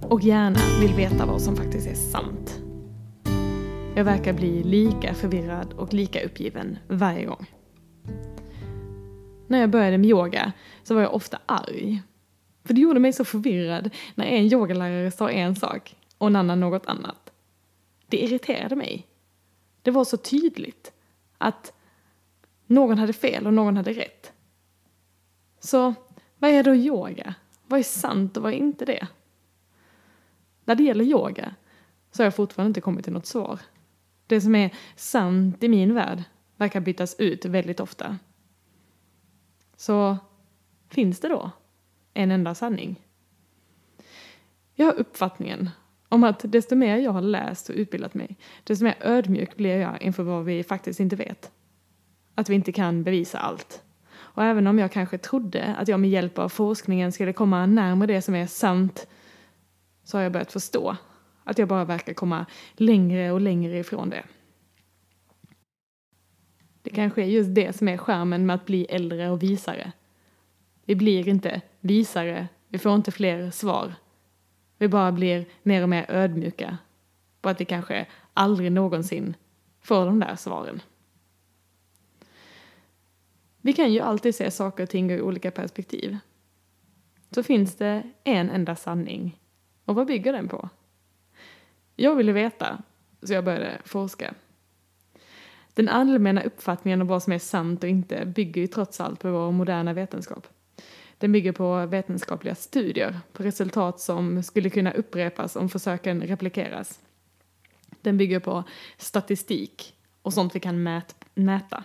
och gärna vill veta vad som faktiskt är sant. Jag verkar bli lika förvirrad och lika uppgiven varje gång. När jag började med yoga så var jag ofta arg. För det gjorde mig så förvirrad när en yogalärare sa en sak och en annan något annat. Det irriterade mig. Det var så tydligt att någon hade fel och någon hade rätt. Så vad är då yoga? Vad är sant och vad är inte det? När det gäller yoga så har jag fortfarande inte kommit till något svar. Det som är sant i min värld verkar bytas ut väldigt ofta. Så finns det då en enda sanning? Jag har uppfattningen om att desto mer jag har läst och utbildat mig, desto mer ödmjuk blir jag inför vad vi faktiskt inte vet. Att vi inte kan bevisa allt. Och även om jag kanske trodde att jag med hjälp av forskningen skulle komma närmare det som är sant, så har jag börjat förstå att jag bara verkar komma längre och längre ifrån det. Det kanske är just det som är charmen med att bli äldre och visare. Vi blir inte visare, vi får inte fler svar. Vi bara blir mer och mer ödmjuka på att vi kanske aldrig någonsin får de där svaren. Vi kan ju alltid se saker och ting ur olika perspektiv. Så finns det en enda sanning. Och vad bygger den på? Jag ville veta, så jag började forska. Den allmänna uppfattningen om vad som är sant och inte bygger ju trots allt på vår moderna vetenskap. Den bygger på vetenskapliga studier, på resultat som skulle kunna upprepas om försöken replikeras. Den bygger på statistik och sånt vi kan mäta.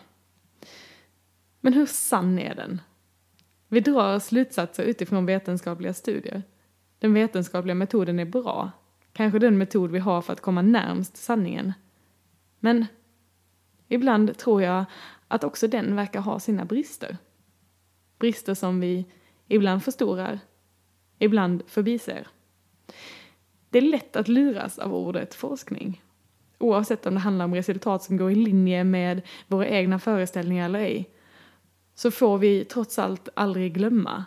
Men hur sann är den? Vi drar slutsatser utifrån vetenskapliga studier. Den vetenskapliga metoden är bra. Kanske den metod vi har för att komma närmast sanningen. Men ibland tror jag att också den verkar ha sina brister. Brister som vi ibland förstorar, ibland förbiser. Det är lätt att luras av ordet forskning. Oavsett om det handlar om resultat som går i linje med våra egna föreställningar eller ej, så får vi trots allt aldrig glömma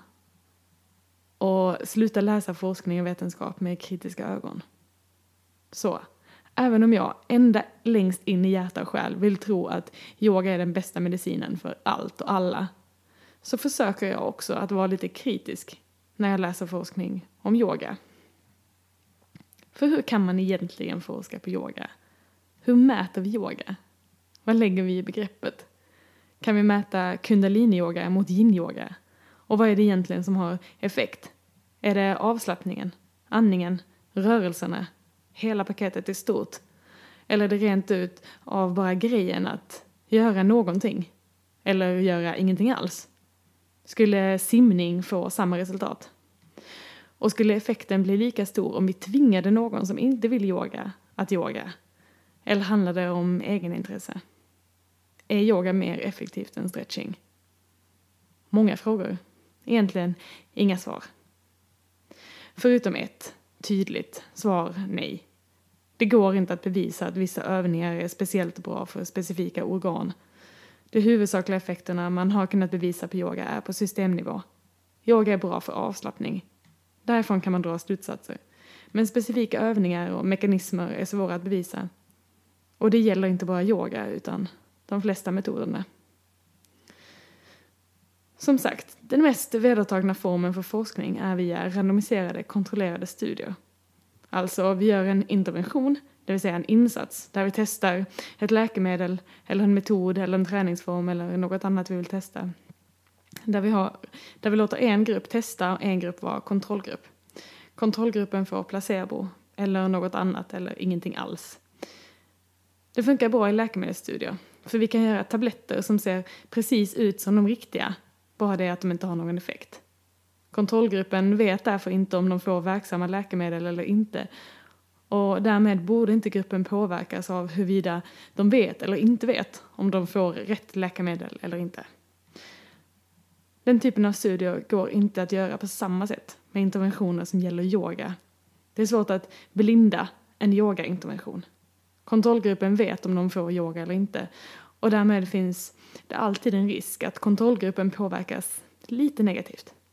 och sluta läsa forskning och vetenskap med kritiska ögon. Så, även om jag ända längst in i hjärta och själ vill tro att yoga är den bästa medicinen för allt och alla, så försöker jag också att vara lite kritisk när jag läser forskning om yoga. För hur kan man egentligen forska på yoga? Hur mäter vi yoga? Vad lägger vi i begreppet? Kan vi mäta kundalini-yoga mot yin-yoga? Och vad är det egentligen som har effekt? Är det avslappningen, andningen, rörelserna, hela paketet i stort? Eller är det rent ut av bara grejen att göra någonting? Eller göra ingenting alls? Skulle simning få samma resultat? Och skulle effekten bli lika stor om vi tvingade någon som inte vill yoga att yoga? Eller handlar det om egenintresse? Är yoga mer effektivt än stretching? Många frågor. Egentligen inga svar. Förutom ett tydligt svar nej. Det går inte att bevisa att vissa övningar är speciellt bra för specifika organ. De huvudsakliga effekterna man har kunnat bevisa på yoga är på systemnivå. Yoga är bra för avslappning. Därifrån kan man dra slutsatser. Men specifika övningar och mekanismer är svåra att bevisa. Och det gäller inte bara yoga utan de flesta metoderna. Som sagt, den mest vedertagna formen för forskning är via randomiserade kontrollerade studier. Alltså vi gör en intervention, det vill säga en insats, där vi testar ett läkemedel eller en metod eller en träningsform eller något annat vi vill testa. Där vi låter en grupp testa och en grupp vara kontrollgrupp. Kontrollgruppen får placebo eller något annat eller ingenting alls. Det funkar bra i läkemedelsstudier, för vi kan göra tabletter som ser precis ut som de riktiga, bara det att de inte har någon effekt. Kontrollgruppen vet därför inte om de får verksamma läkemedel eller inte, och därmed borde inte gruppen påverkas av huruvida de vet eller inte vet om de får rätt läkemedel eller inte. Den typen av studier går inte att göra på samma sätt med interventioner som gäller yoga. Det är svårt att blinda en yogaintervention. Kontrollgruppen vet om de får yoga eller inte, och därmed finns det alltid en risk att kontrollgruppen påverkas lite negativt.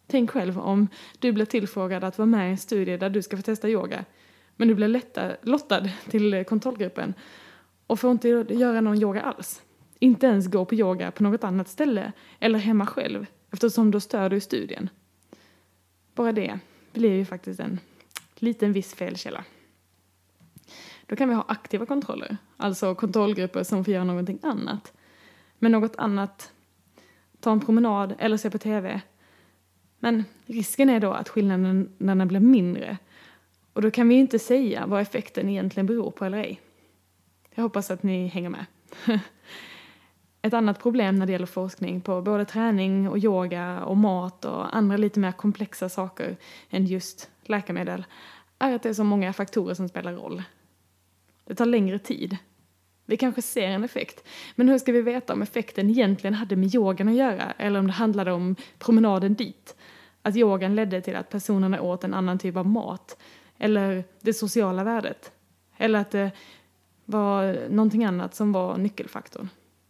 Tänk själv om du blir tillfrågad att vara med i en studie där du ska få testa yoga. Men du blir lottad till kontrollgruppen och får inte göra någon yoga alls. Inte ens gå på yoga på något annat ställe eller hemma själv, eftersom då stör du studien. Bara det blir ju faktiskt en liten viss felkälla. Då kan vi ha aktiva kontroller, alltså kontrollgrupper som får göra någonting annat. Men något annat, ta en promenad eller se på tv. Men risken är då att skillnaderna blir mindre. Och då kan vi inte säga vad effekten egentligen beror på eller ej. Jag hoppas att ni hänger med. Ett annat problem när det gäller forskning på både träning och yoga och mat och andra lite mer komplexa saker än just läkemedel är att det är så många faktorer som spelar roll. Det tar längre tid. Vi kanske ser en effekt, men hur ska vi veta om effekten egentligen hade med yogan att göra eller om det handlade om promenaden dit? Att yogan ledde till att personerna åt en annan typ av mat eller det sociala värdet eller att det var någonting annat som var nyckelfaktorn.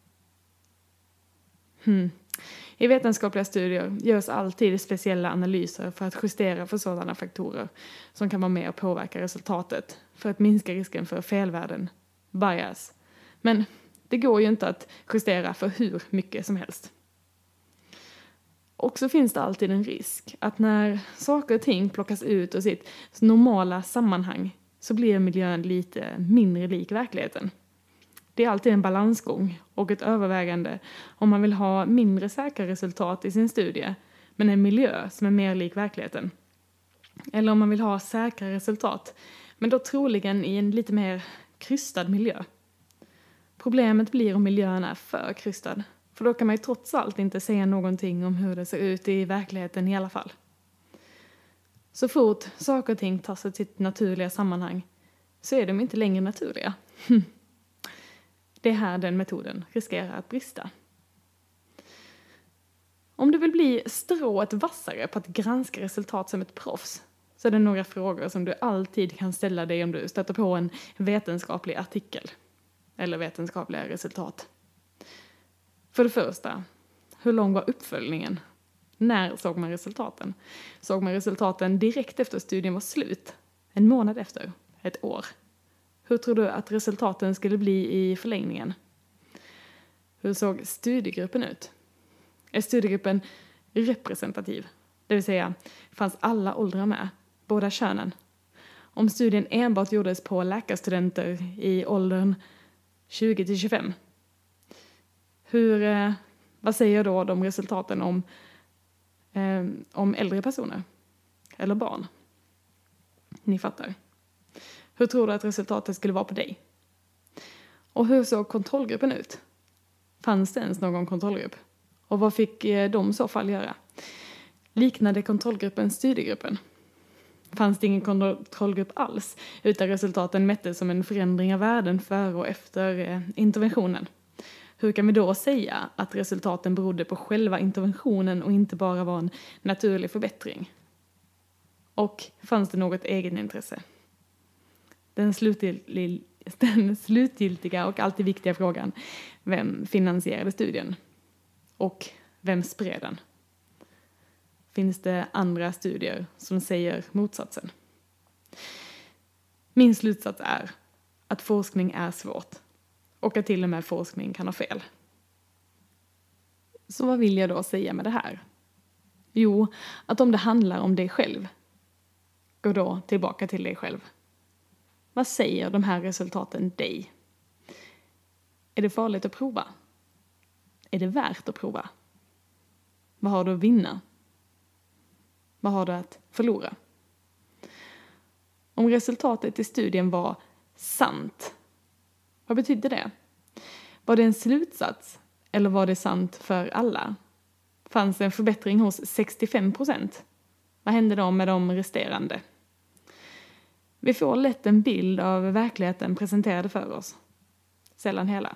I vetenskapliga studier görs alltid speciella analyser för att justera för sådana faktorer som kan vara med och påverka resultatet för att minska risken för felvärden, bias. Men det går ju inte att justera för hur mycket som helst. Och så finns det alltid en risk att när saker och ting plockas ut ur sitt normala sammanhang så blir miljön lite mindre lik verkligheten. Det är alltid en balansgång och ett övervägande om man vill ha mindre säkra resultat i sin studie men en miljö som är mer lik verkligheten. Eller om man vill ha säkra resultat men då troligen i en lite mer krystad miljö. Problemet blir om miljön är för krystad, för då kan man ju trots allt inte säga någonting om hur det ser ut i verkligheten i alla fall. Så fort saker och ting tar sig till sitt naturliga sammanhang så är de inte längre naturliga. Det är här den metoden riskerar att brista. Om du vill bli strået vassare på att granska resultat som ett proffs så är det några frågor som du alltid kan ställa dig om du stöter på en vetenskaplig artikel eller vetenskapliga resultat. För det första, hur lång var uppföljningen? När såg man resultaten? Såg man resultaten direkt efter studien var slut? En månad efter? Ett år? Hur tror du att resultaten skulle bli i förlängningen? Hur såg studiegruppen ut? Är studiegruppen representativ? Det vill säga, fanns alla åldrar med? Båda könen? Om studien enbart gjordes på läkarstudenter i åldern 20-25. Vad säger då de resultaten om äldre personer? Eller barn? Ni fattar. Hur tror du att resultatet skulle vara på dig? Och hur såg kontrollgruppen ut? Fanns det ens någon kontrollgrupp? Och vad fick de i så fall göra? Liknade kontrollgruppen studiegruppen? Fanns det ingen kontrollgrupp alls, utan resultaten mättes som en förändring av värden före och efter interventionen? Hur kan vi då säga att resultaten berodde på själva interventionen och inte bara var en naturlig förbättring? Och fanns det något egenintresse? Den slutgiltiga och alltid viktiga frågan: vem finansierade studien? Och vem spred den? Finns det andra studier som säger motsatsen? Min slutsats är att forskning är svårt och att till och med forskning kan ha fel. Så vad vill jag då säga med det här? Jo, att om det handlar om dig själv, gå då tillbaka till dig själv. Vad säger de här resultaten dig? Är det farligt att prova? Är det värt att prova? Vad har du att vinna? Vad har du att förlora? Om resultatet i studien var sant, vad betydde det? Var det en slutsats eller var det sant för alla? Fanns det en förbättring hos 65%? Vad hände då med de resterande? Vi får lätt en bild av verkligheten presenterad för oss. Sällan hela.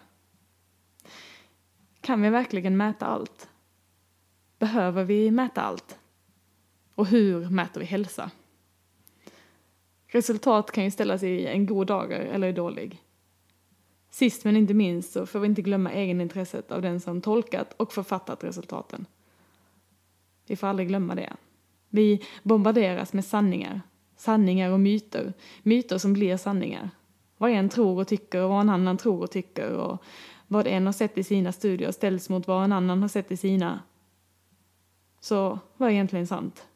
Kan vi verkligen mäta allt? Behöver vi mäta allt? Och hur mäter vi hälsa? Resultat kan ju ställas i en god dager eller i dålig. Sist men inte minst så får vi inte glömma egenintresset av den som tolkat och författat resultaten. Vi får aldrig glömma det. Vi bombarderas med sanningar. Sanningar och myter. Myter som blir sanningar. Vad en tror och tycker och vad en annan tror och tycker. Och vad en har sett i sina studier ställs mot vad en annan har sett i sina. Så vad är egentligen sant?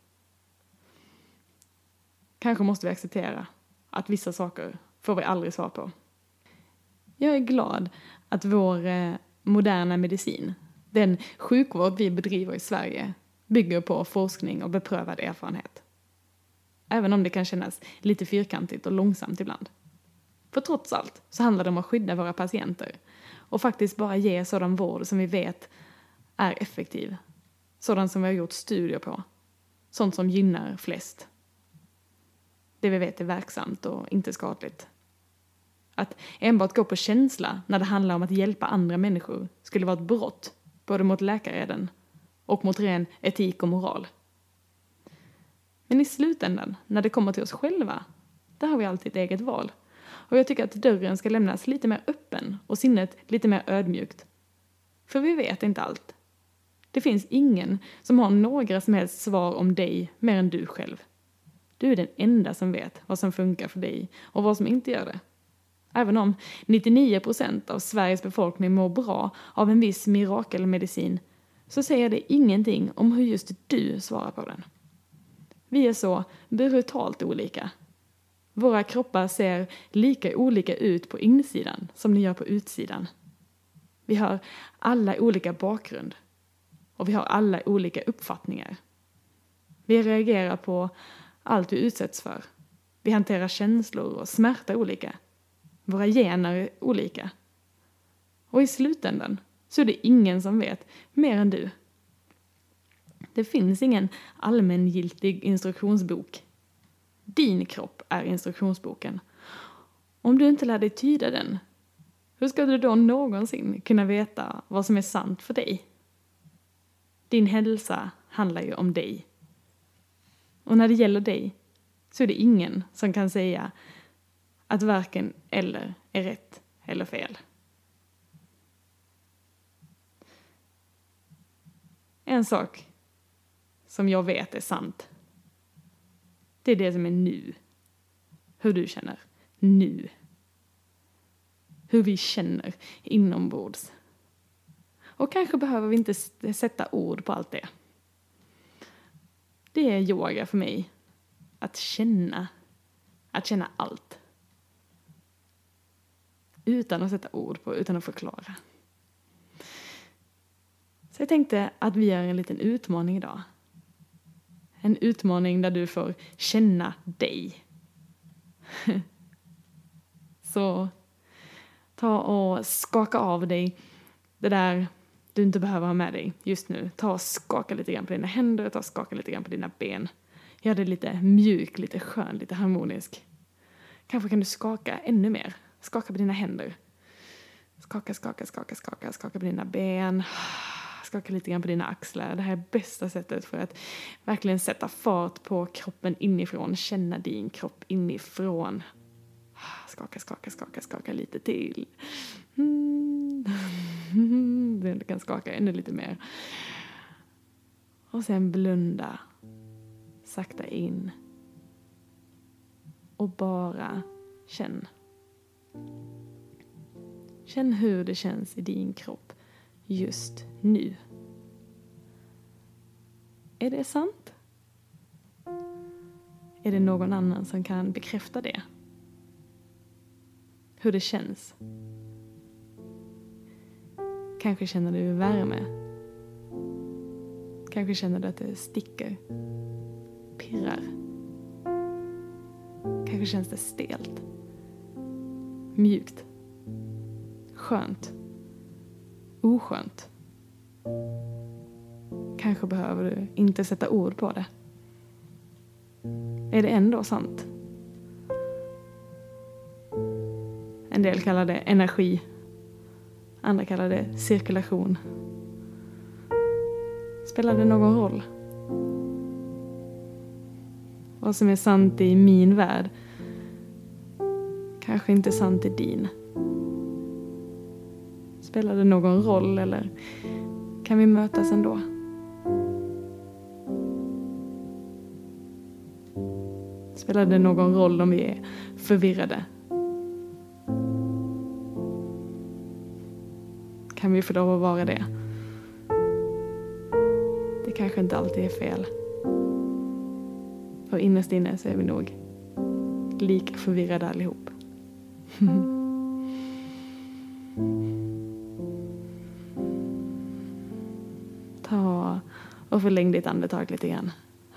Kanske måste vi acceptera att vissa saker får vi aldrig svar på. Jag är glad att vår moderna medicin, den sjukvård vi bedriver i Sverige, bygger på forskning och beprövad erfarenhet. Även om det kan kännas lite fyrkantigt och långsamt ibland. För trots allt så handlar det om att skydda våra patienter och faktiskt bara ge sådan vård som vi vet är effektiv. Sådan som vi har gjort studier på. Sånt som gynnar flest. Det vi vet är verksamt och inte skadligt. Att enbart gå på känsla när det handlar om att hjälpa andra människor skulle vara ett brott både mot läkareden och mot ren etik och moral. Men i slutändan, när det kommer till oss själva, där har vi alltid ett eget val. Och jag tycker att dörren ska lämnas lite mer öppen och sinnet lite mer ödmjukt. För vi vet inte allt. Det finns ingen som har några som helst svar om dig mer än du själv. Du är den enda som vet vad som funkar för dig och vad som inte gör det. Även om 99% av Sveriges befolkning mår bra av en viss mirakelmedicin så säger det ingenting om hur just du svarar på den. Vi är så brutalt olika. Våra kroppar ser lika olika ut på insidan som de gör på utsidan. Vi har alla olika bakgrund och vi har alla olika uppfattningar. Vi reagerar på allt vi utsätts för. Vi hanterar känslor och smärta olika. Våra gener är olika. Och i slutändan så är det ingen som vet mer än du. Det finns ingen allmängiltig instruktionsbok. Din kropp är instruktionsboken. Om du inte lär dig tyda den, hur ska du då någonsin kunna veta vad som är sant för dig? Din hälsa handlar ju om dig. Och när det gäller dig så är det ingen som kan säga att varken eller är rätt eller fel. En sak som jag vet är sant. Det är det som är nu. Hur du känner nu. Hur vi känner inombords. Och kanske behöver vi inte sätta ord på allt det. Det är yoga för mig. Att känna allt. Utan att sätta ord på, utan att förklara. Så jag tänkte att vi gör en liten utmaning idag. En utmaning där du får känna dig. Så ta och skaka av dig det där du inte behöver ha med dig just nu. Ta och skaka lite grann på dina händer, ta och skaka lite grann på dina ben. Gör det lite mjuk, lite skön, lite harmonisk. Kanske kan du skaka ännu mer. Skaka på dina händer. Skaka på dina ben. Skaka lite grann på dina axlar. Det här är bästa sättet för att verkligen sätta fart på kroppen inifrån. Känna din kropp inifrån. Skaka lite till. Du kan skaka ännu lite mer. Och sen blunda. Sakta in. Och bara känn. Känn hur det känns i din kropp just nu. Är det sant? Är det någon annan som kan bekräfta det? Hur det känns? Kanske känner du värme. Kanske känner du att det sticker. Pirrar. Kanske känns det stelt. Mjukt. Skönt. Oskönt. Kanske behöver du inte sätta ord på det. Är det ändå sant? En del kallar det energi. Andra kallar det cirkulation. Spelar det någon roll? Vad som är sant i min värld kanske inte är sant i din. Spelar det någon roll eller kan vi mötas ändå? Spelar det någon roll om vi är förvirrade? Kan vi få lov att vara det? Det kanske inte alltid är fel. För innerst inne så är vi nog lika förvirrade allihop. Ta och förläng ditt andetag lite grann.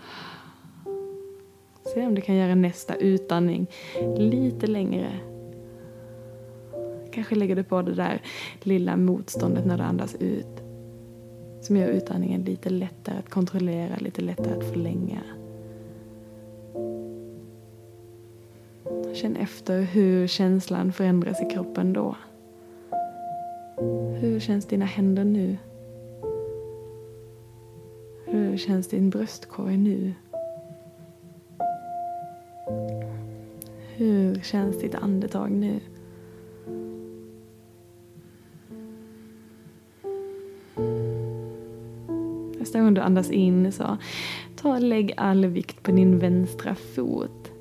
Se om du kan göra nästa utandning lite längre. Kanske lägger du på det där lilla motståndet när du andas ut. Som gör utandningen lite lättare att kontrollera, lite lättare att förlänga. Känn efter hur känslan förändras i kroppen då. Hur känns dina händer nu? Hur känns din bröstkorg nu? Hur känns ditt andetag nu? Nästa gång du andas in så ta och lägg all vikt på din vänstra fot.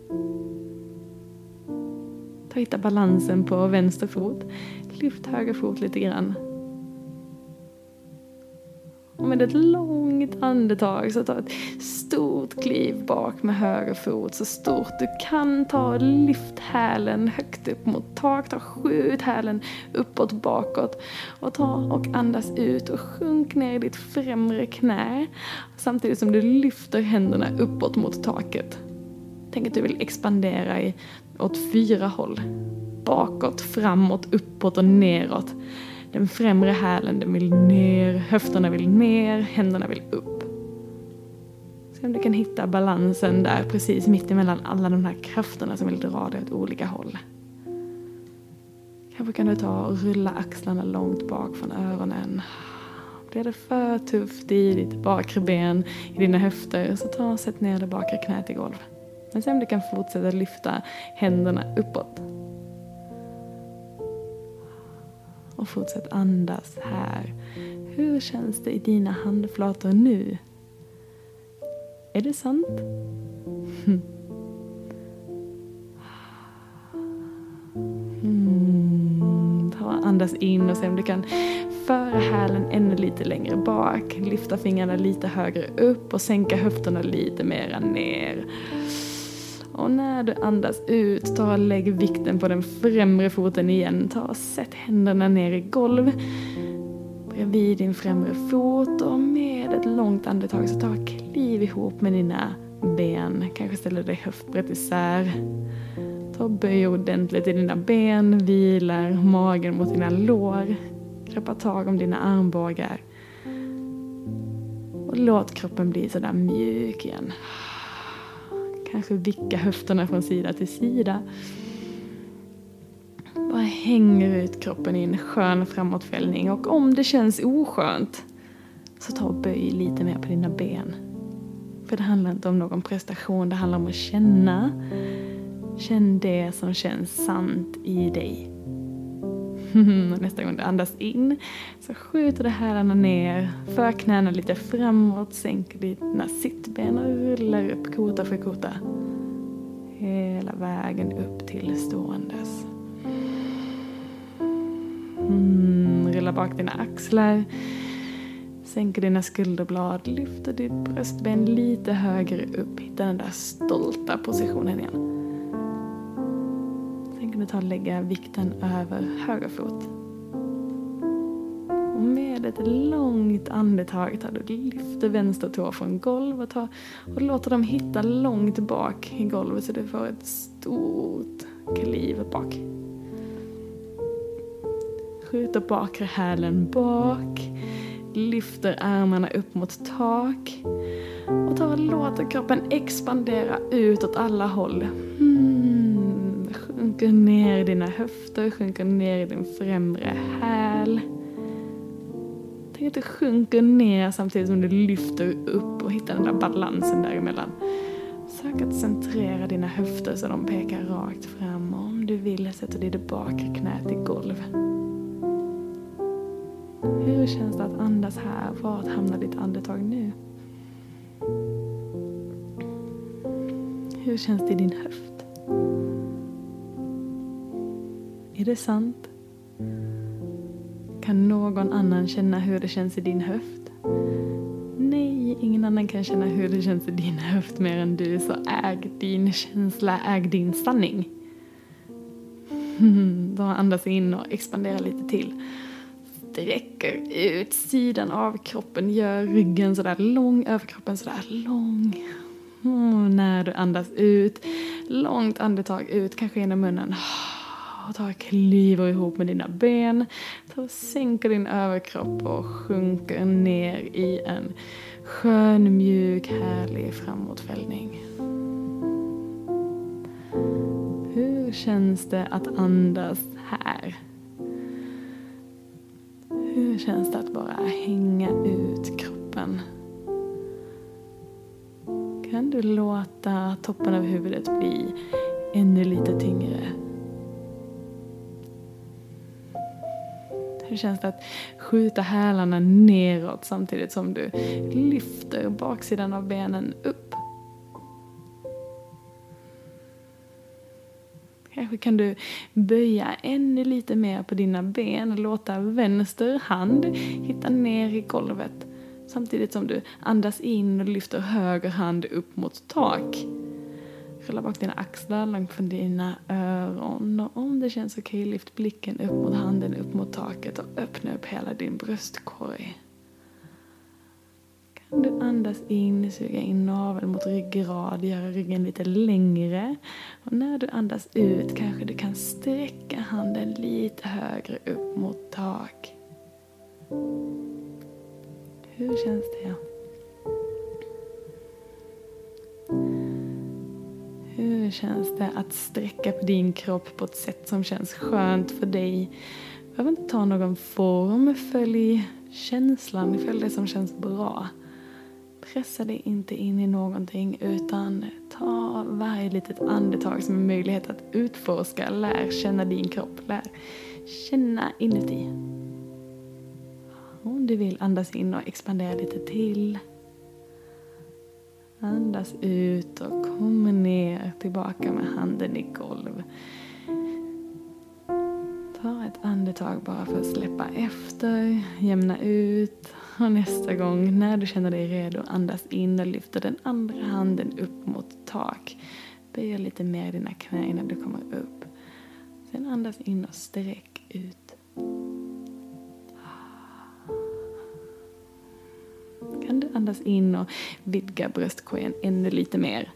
Hitta balansen på vänster fot. Lyft höger fot lite grann. Och med ett långt andetag så ta ett stort kliv bak med höger fot. Så stort du kan. Ta och lyft hälen högt upp mot tak. Ta skjut hälen uppåt bakåt. Och ta och andas ut och sjunk ner i ditt främre knä. Samtidigt som du lyfter händerna uppåt mot taket. Tänk att du vill expandera åt 4 håll. Bakåt, framåt, uppåt och neråt. Den främre hälen den vill ner, höfterna vill ner, händerna vill upp. Se om du kan hitta balansen där precis mitt emellan alla de här krafterna som vill dra dig åt olika håll. Kanske kan du ta och rulla axlarna långt bak från öronen. Blir det för tufft i ditt bakre ben, i dina höfter, så ta och sätt ner det bakre knät i golv. Men sen du kan fortsätta lyfta händerna uppåt. Och fortsätt andas här. Hur känns det i dina handflator nu? Är det sant? Ta och andas in och se om du kan föra hälen ännu lite längre bak. Lyfta fingrarna lite högre upp och sänka höfterna lite mera ner. Och när du andas ut, ta och lägg vikten på den främre foten igen. Ta och sätt händerna ner i golv. Bredvid din främre fot och med ett långt andetag så ta och kliv ihop med dina ben. Kanske ställer dig höftbrett isär. Ta och böj ordentligt i dina ben. Vilar magen mot dina lår. Greppa tag om dina armbågar. Och låt kroppen bli sådär mjuk igen. Kanske vicka höfterna från sida till sida. Bara hänger ut kroppen i en skön framåtfällning. Och om det känns oskönt så ta och böj lite mer på dina ben. För det handlar inte om någon prestation. Det handlar om att känna. Känn det som känns sant i dig. Nästa gång du andas in så skjuter du hälarna ner. För knäna lite framåt. Sänker dina sittben och rullar upp kota för kota. Hela vägen upp till ståendes. Rulla bak dina axlar. Sänker dina skulderblad. Lyfter ditt bröstben lite högre upp. Hitta den där stolta positionen igen. Sen kan du ta och lägga vikten över höger fot. Och med ett långt andetag tar du lyfter vänster tå från golv och låter dem hitta långt bak i golvet så du får ett stort kliv bak. Skjuter bakre hälen bak. Lyfter armarna upp mot tak. Och tar och låter kroppen expandera ut åt alla håll. Sjunker ner i dina höfter. Sjunker ner i din främre häl. Tänk att du sjunker ner samtidigt som du lyfter upp och hittar den där balansen däremellan. Sök att centrera dina höfter så de pekar rakt fram. Och om du vill sätter du det bakre knät i golv. Hur känns det att andas här? Vart hamnar ditt andetag nu? Hur känns det i din höft? Är det sant? Kan någon annan känna hur det känns i din höft? Nej, ingen annan kan känna hur det känns i din höft mer än du. Så äg din känsla, äg din sanning. Då andas in och expandera lite till. Sträcker ut sidan av kroppen, gör ryggen sådär lång, överkroppen sådär lång. Och när du andas ut, långt andetag ut, kanske genom munnen. Och ta kliver ihop med dina ben. Ta och sänker din överkropp och sjunker ner i en skön, mjuk, härlig framåtfällning. Hur känns det att andas här? Hur känns det att bara hänga ut kroppen? Kan du låta toppen av huvudet bli ännu lite tyngre? Hur känns det att skjuta hälarna neråt samtidigt som du lyfter baksidan av benen upp? Kanske kan du böja ännu lite mer på dina ben och låta vänster hand hitta ner i golvet. Samtidigt som du andas in och lyfter höger hand upp mot tak. Rulla bak dina axlar långt från dina öron. Och om det känns okej, lyft blicken upp mot handen, upp mot taket och öppna upp hela din bröstkorg. Kan du andas in, suga in naveln mot ryggrad, göra ryggen lite längre. Och när du andas ut kanske du kan sträcka handen lite högre upp mot tak. Hur känns det? Hur känns det att sträcka på din kropp på ett sätt som känns skönt för dig? Du behöver inte ta någon form, följ känslan, följ det som känns bra. Pressa dig inte in i någonting utan ta varje litet andetag som en möjlighet att utforska, lär känna din kropp, lär känna inuti. Om du vill andas in och expandera lite till. Andas ut och kommer ner tillbaka med handen i golv. Ta ett andetag bara för att släppa efter, jämna ut. Och nästa gång när du känner dig redo, andas in och lyfter den andra handen upp mot tak. Böj lite mer i dina knän innan du kommer upp. Sen andas in och sträck ut. Kan du andas in och vidga bröstkorgen ännu lite mer?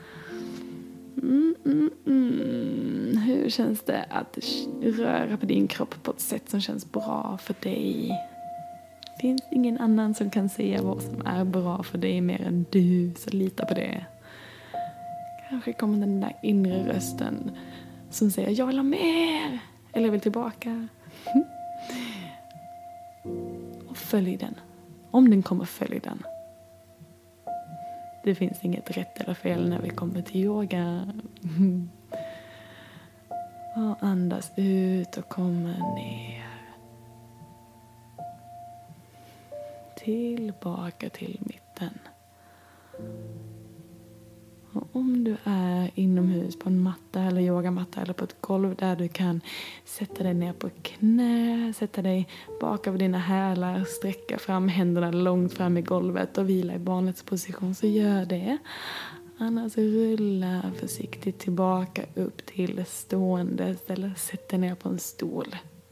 Hur känns det att röra på din kropp på ett sätt som känns bra för dig? Det finns ingen annan som kan säga vad som är bra för dig mer än du, så lita på det. Kanske kommer den där inre rösten som säger jag vill ha mer, eller jag vill tillbaka. Och följ den. Om den kommer, följ den. Det finns inget rätt eller fel när vi kommer till yoga. Och andas ut och kommer ner. Tillbaka till mitten. Och om du är inomhus på en matta eller yogamatta eller på ett golv där du kan sätta dig ner på knä, sätta dig bak över dina hälar, sträcka fram händerna långt fram i golvet och vila i barnets position, så gör det. Annars rulla försiktigt tillbaka upp till stående eller sätt dig ner på en stol.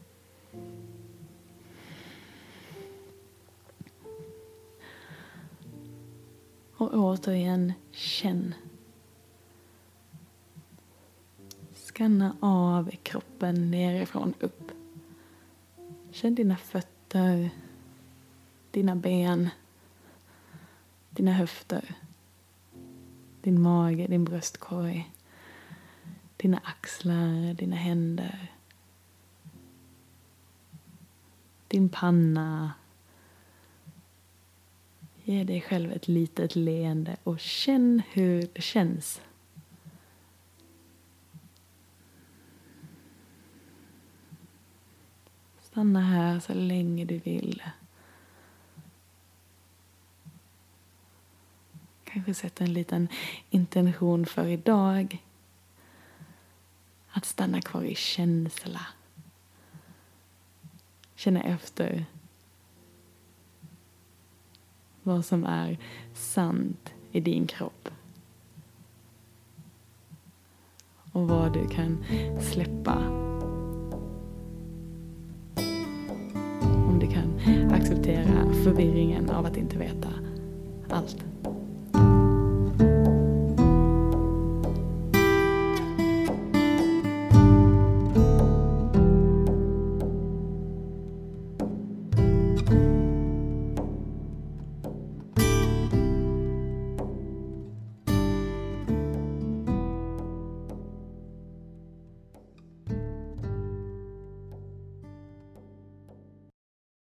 Och återigen, känn. Skanna av kroppen nerifrån upp. Känn dina fötter, dina ben, dina höfter, din mage, din bröstkorg, dina axlar, dina händer, din panna. Ge dig själv ett litet leende och känn hur det känns. Stanna här så länge du vill. kanske sätta en liten intention för idag. Att stanna kvar i känsla. Känna efter vad som är sant i din kropp. Och vad du kan släppa. Om du kan acceptera förvirringen av att inte veta allt.